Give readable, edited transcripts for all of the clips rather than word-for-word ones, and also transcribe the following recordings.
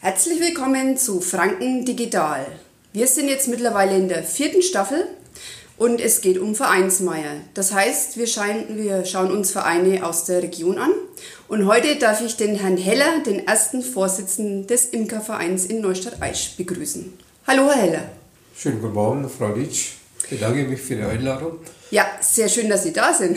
Herzlich willkommen zu Franken Digital. Wir sind jetzt mittlerweile in der 4. Staffel und es geht um Vereinsmeier. Das heißt, wir schauen uns Vereine aus der Region an. Und heute darf ich den Herrn Heller, den ersten Vorsitzenden des Imkervereins in Neustadt-Aisch, begrüßen. Hallo, Herr Heller. Schönen guten Morgen, Frau Litsch. Ich bedanke mich für die Einladung. Ja, sehr schön, dass Sie da sind.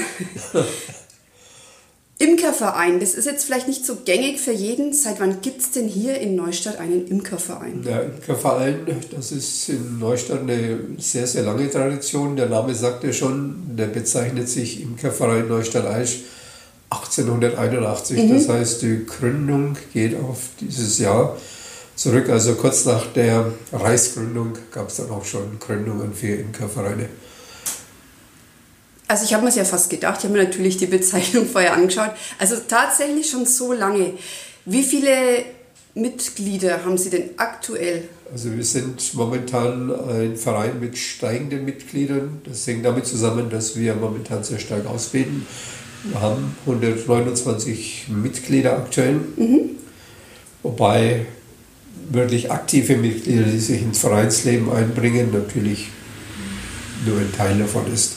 Imkerverein, das ist jetzt vielleicht nicht so gängig für jeden. Seit wann gibt es denn hier in Neustadt einen Imkerverein? Der Imkerverein, das ist in Neustadt eine sehr, sehr lange Tradition. Der Name sagt ja schon, der bezeichnet sich Imkerverein Neustadt-Aisch 1881. Das heißt, die Gründung geht auf dieses Jahr zurück. Also kurz nach der Reichsgründung gab es dann auch schon Gründungen für Imkervereine. Also ich habe mir es ja fast gedacht, ich habe mir natürlich die Bezeichnung vorher angeschaut. Also tatsächlich schon so lange. Wie viele Mitglieder haben Sie denn aktuell? Also wir sind momentan ein Verein mit steigenden Mitgliedern. Das hängt damit zusammen, dass wir momentan sehr stark ausbilden. Wir haben 129 Mitglieder aktuell, wobei wirklich aktive Mitglieder, die sich ins Vereinsleben einbringen, natürlich nur ein Teil davon ist.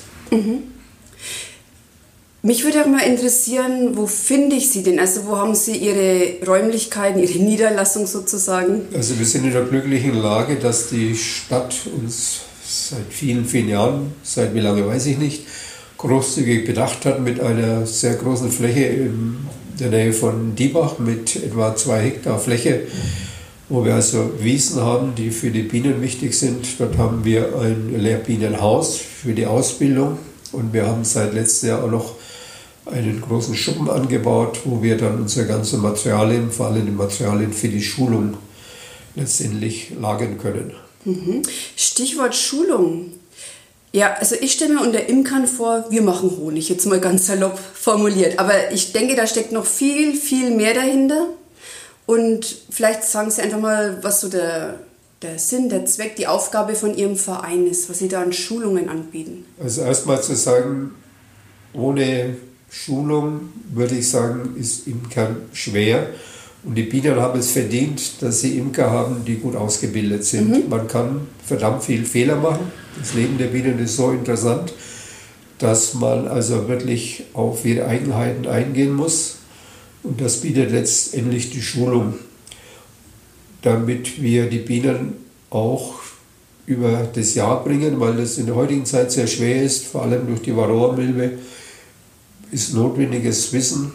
Mich würde auch mal interessieren, wo finde ich Sie denn? Also wo haben Sie Ihre Räumlichkeiten, Ihre Niederlassung sozusagen? Also wir sind in der glücklichen Lage, dass die Stadt uns seit vielen, vielen Jahren, seit wie lange weiß ich nicht, großzügig bedacht hat mit einer sehr großen Fläche in der Nähe von Diebach mit etwa 2 Hektar Fläche, wo wir also Wiesen haben, die für die Bienen wichtig sind. Dort haben wir ein Lehrbienenhaus für die Ausbildung und wir haben seit letztem Jahr auch noch einen großen Schuppen angebaut, wo wir dann unsere ganzen Materialien, vor allem die Materialien für die Schulung, letztendlich lagern können. Stichwort Schulung. Ja, also ich stelle mir unter Imkern vor, wir machen Honig, jetzt mal ganz salopp formuliert. Aber ich denke, da steckt noch viel, viel mehr dahinter. Und vielleicht sagen Sie einfach mal, was so der Sinn, der Zweck, die Aufgabe von Ihrem Verein ist, was Sie da an Schulungen anbieten. Also erstmal zu sagen, ohne Schulung, würde ich sagen, ist Imkern schwer. Und die Bienen haben es verdient, dass sie Imker haben, die gut ausgebildet sind. Man kann verdammt viel Fehler machen. Das Leben der Bienen ist so interessant, dass man also wirklich auf ihre Eigenheiten eingehen muss. Und das bietet letztendlich die Schulung, damit wir die Bienen auch über das Jahr bringen, weil das in der heutigen Zeit sehr schwer ist, vor allem durch die Varroamilbe, ist notwendiges Wissen,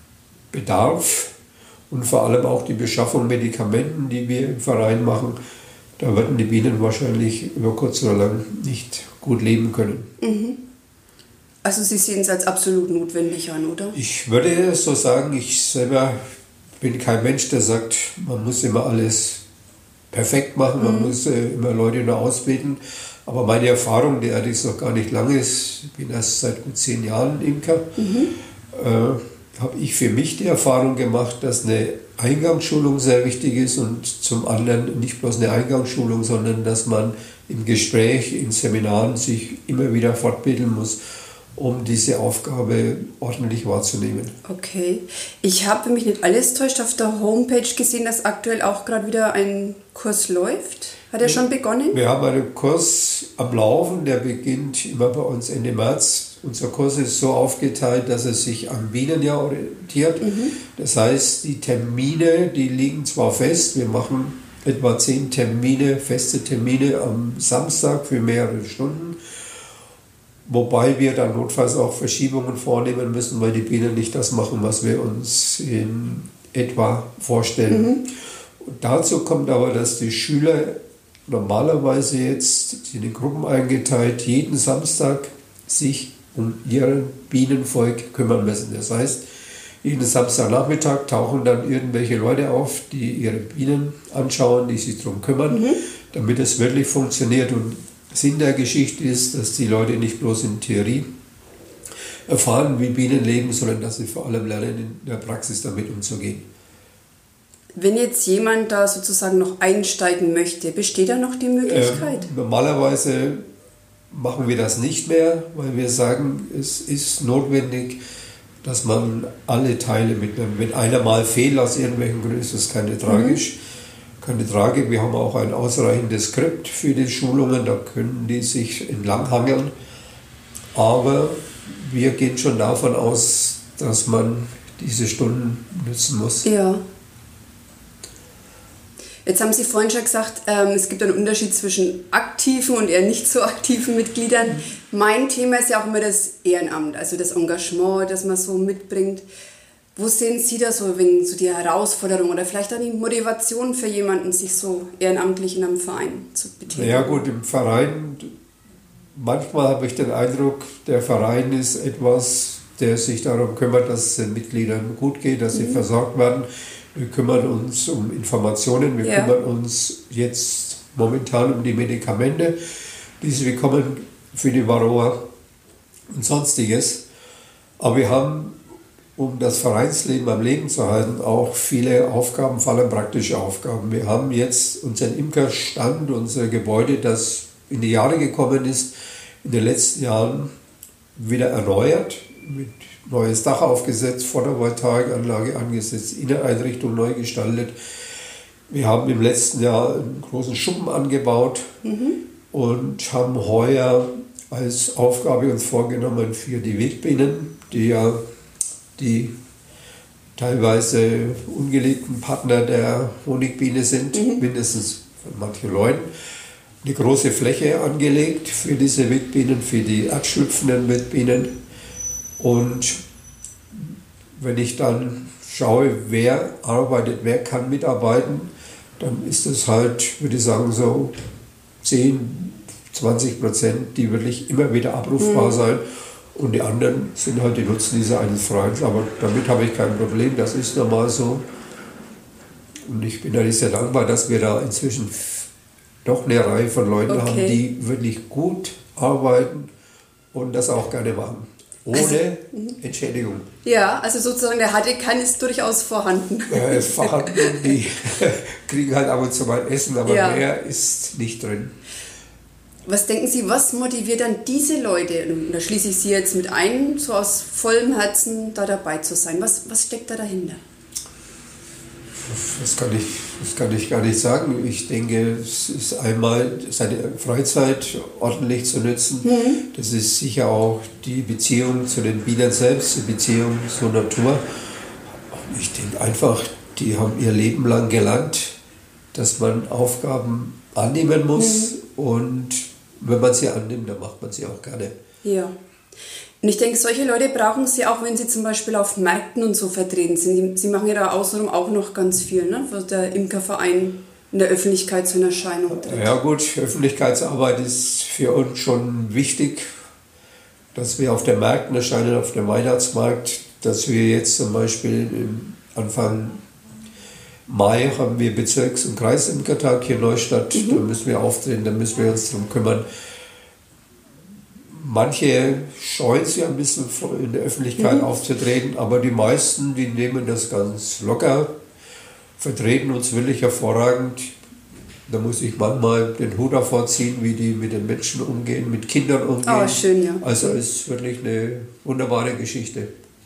Bedarf und vor allem auch die Beschaffung Medikamenten, die wir im Verein machen. Da werden die Bienen wahrscheinlich über kurz oder lang nicht gut leben können. Also Sie sehen es als absolut notwendig an, oder? Ich würde so sagen, ich selber bin kein Mensch, der sagt, man muss immer alles perfekt machen, man muss immer Leute nur ausbilden. Aber meine Erfahrung, die ist noch gar nicht lange, ich bin erst seit gut 10 Jahren Imker, habe ich für mich die Erfahrung gemacht, dass eine Eingangsschulung sehr wichtig ist und zum anderen nicht bloß eine Eingangsschulung, sondern dass man im Gespräch, in Seminaren sich immer wieder fortbilden muss, um diese Aufgabe ordentlich wahrzunehmen. Okay. Ich habe, wenn mich nicht alles täuscht, auf der Homepage gesehen, dass aktuell auch gerade wieder ein Kurs läuft. Hat er schon begonnen? Wir haben einen Kurs am Laufen, der beginnt immer bei uns Ende März. Unser Kurs ist so aufgeteilt, dass er sich am Bienenjahr orientiert. Das heißt, die Termine, die liegen zwar fest, wir machen etwa 10 Termine, feste Termine am Samstag für mehrere Stunden, wobei wir dann notfalls auch Verschiebungen vornehmen müssen, weil die Bienen nicht das machen, was wir uns in etwa vorstellen. Und dazu kommt aber, dass die Schüler normalerweise jetzt in den Gruppen eingeteilt jeden Samstag sich um ihren Bienenvolk kümmern müssen. Das heißt, jeden Samstagnachmittag tauchen dann irgendwelche Leute auf, die ihre Bienen anschauen, die sich darum kümmern, damit es wirklich funktioniert. Und Sinn der Geschichte ist, dass die Leute nicht bloß in Theorie erfahren, wie Bienen leben, sondern dass sie vor allem lernen, in der Praxis damit umzugehen. Wenn jetzt jemand da sozusagen noch einsteigen möchte, besteht da noch die Möglichkeit? Normalerweise machen wir das nicht mehr, weil wir sagen, es ist notwendig, dass man alle Teile mitnimmt. Wenn einer mal fehlt aus irgendwelchen Gründen, ist das keine tragisch. keine Frage. Wir haben auch ein ausreichendes Skript für die Schulungen, da können die sich entlanghangeln. Aber wir gehen schon davon aus, dass man diese Stunden nutzen muss. Ja. Jetzt haben Sie vorhin schon gesagt, es gibt einen Unterschied zwischen aktiven und eher nicht so aktiven Mitgliedern. Mein Thema ist ja auch immer das Ehrenamt, also das Engagement, das man so mitbringt. Wo sehen Sie da so, wenn so die Herausforderung oder vielleicht auch die Motivation für jemanden, sich so ehrenamtlich in einem Verein zu betätigen? Ja gut, im Verein, manchmal habe ich den Eindruck, der Verein ist etwas, der sich darum kümmert, dass es den Mitgliedern gut geht, dass sie versorgt werden. Wir kümmern uns um Informationen, wir kümmern uns jetzt momentan um die Medikamente, die sie bekommen für die Varroa und Sonstiges. Aber wir haben, um das Vereinsleben am Leben zu halten, auch viele Aufgaben, vor allem praktische Aufgaben. Wir haben jetzt unseren Imkerstand, unser Gebäude, das in die Jahre gekommen ist, in den letzten Jahren wieder erneuert, mit neues Dach aufgesetzt, Photovoltaikanlage angesetzt, Inneneinrichtung neu gestaltet. Wir haben im letzten Jahr einen großen Schuppen angebaut und haben heuer als Aufgabe uns vorgenommen für die Wildbienen, die ja die teilweise ungelegten Partner der Honigbiene sind, mindestens von manchen Leuten, eine große Fläche angelegt für diese Wildbienen, für die erdschlüpfenden Wildbienen. Und wenn ich dann schaue, wer arbeitet, wer kann mitarbeiten, dann ist es halt, würde ich sagen, so 10-20%, die wirklich immer wieder abrufbar sein. Und die anderen sind halt die Nutznießer eines Vereins. Aber damit habe ich kein Problem, das ist normal so. Und ich bin natürlich sehr dankbar, dass wir da inzwischen doch eine Reihe von Leuten haben, die wirklich gut arbeiten und das auch gerne machen. Ohne Entschädigung. Ja, also sozusagen der harte Kern ist durchaus vorhanden. Er ist vorhanden und die kriegen halt ab und zu mal Essen, aber mehr ist nicht drin. Was denken Sie, was motiviert dann diese Leute, und da schließe ich Sie jetzt mit ein, so aus vollem Herzen da dabei zu sein? Was steckt da dahinter? Das kann ich gar nicht sagen. Ich denke, es ist einmal seine Freizeit ordentlich zu nutzen. Das ist sicher auch die Beziehung zu den Bienern selbst, die Beziehung zur Natur. Ich denke einfach, die haben ihr Leben lang gelernt, dass man Aufgaben annehmen muss und wenn man sie annimmt, dann macht man sie auch gerne. Ja. Und ich denke, solche Leute brauchen Sie auch, wenn Sie zum Beispiel auf Märkten und so vertreten sind. Sie machen ja da außenrum auch noch ganz viel, ne? Was der Imkerverein in der Öffentlichkeit zur Erscheinung tritt. Ja gut, Öffentlichkeitsarbeit ist für uns schon wichtig, dass wir auf den Märkten erscheinen, auf dem Weihnachtsmarkt, dass wir jetzt zum Beispiel Anfang Mai haben wir Bezirks- und Kreisimkertag hier in Neustadt, da müssen wir auftreten, da müssen wir uns darum kümmern. Manche scheuen sich ein bisschen in der Öffentlichkeit aufzutreten, aber die meisten, die nehmen das ganz locker, vertreten uns wirklich hervorragend. Da muss ich manchmal den Hut davor ziehen, wie die mit den Menschen umgehen, mit Kindern umgehen. Oh, schön, ja. Also es ist wirklich eine wunderbare Geschichte.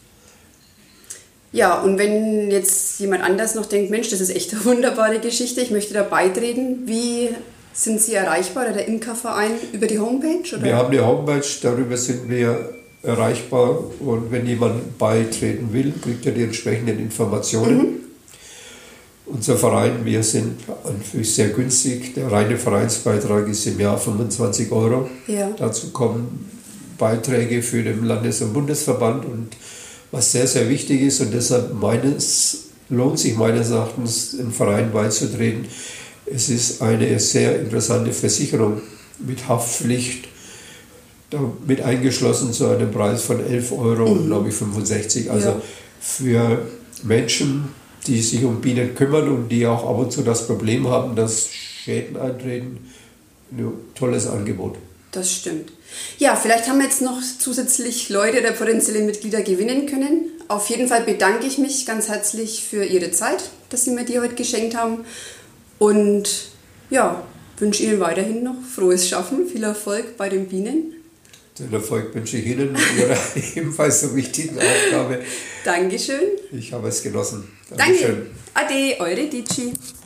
Ja, und wenn jetzt jemand anders noch denkt, Mensch, das ist echt eine wunderbare Geschichte, ich möchte da beitreten, wie sind Sie erreichbar, oder der Imkerverein, über die Homepage? Oder? Wir haben eine Homepage, darüber sind wir erreichbar und wenn jemand beitreten will, kriegt er die entsprechenden Informationen. Unser Verein, wir sind natürlich sehr günstig, der reine Vereinsbeitrag ist im Jahr 25 €. Ja. Dazu kommen Beiträge für den Landes- und Bundesverband und was sehr, sehr wichtig ist und deshalb lohnt sich meines Erachtens, im Verein beizutreten. Es ist eine sehr interessante Versicherung mit Haftpflicht, mit eingeschlossen zu einem Preis von 11 € und glaube ich 65. Also für Menschen, die sich um Bienen kümmern und die auch ab und zu das Problem haben, dass Schäden eintreten, ein tolles Angebot. Das stimmt. Ja, vielleicht haben wir jetzt noch zusätzlich Leute oder potenzielle Mitglieder gewinnen können. Auf jeden Fall bedanke ich mich ganz herzlich für Ihre Zeit, dass Sie mir die heute geschenkt haben. Und ja, wünsche Ihnen weiterhin noch frohes Schaffen, viel Erfolg bei den Bienen. Den Erfolg wünsche ich Ihnen mit Ihrer ebenfalls so wichtigen Aufgabe. Dankeschön. Ich habe es genossen. Danke. Ade, eure Dici.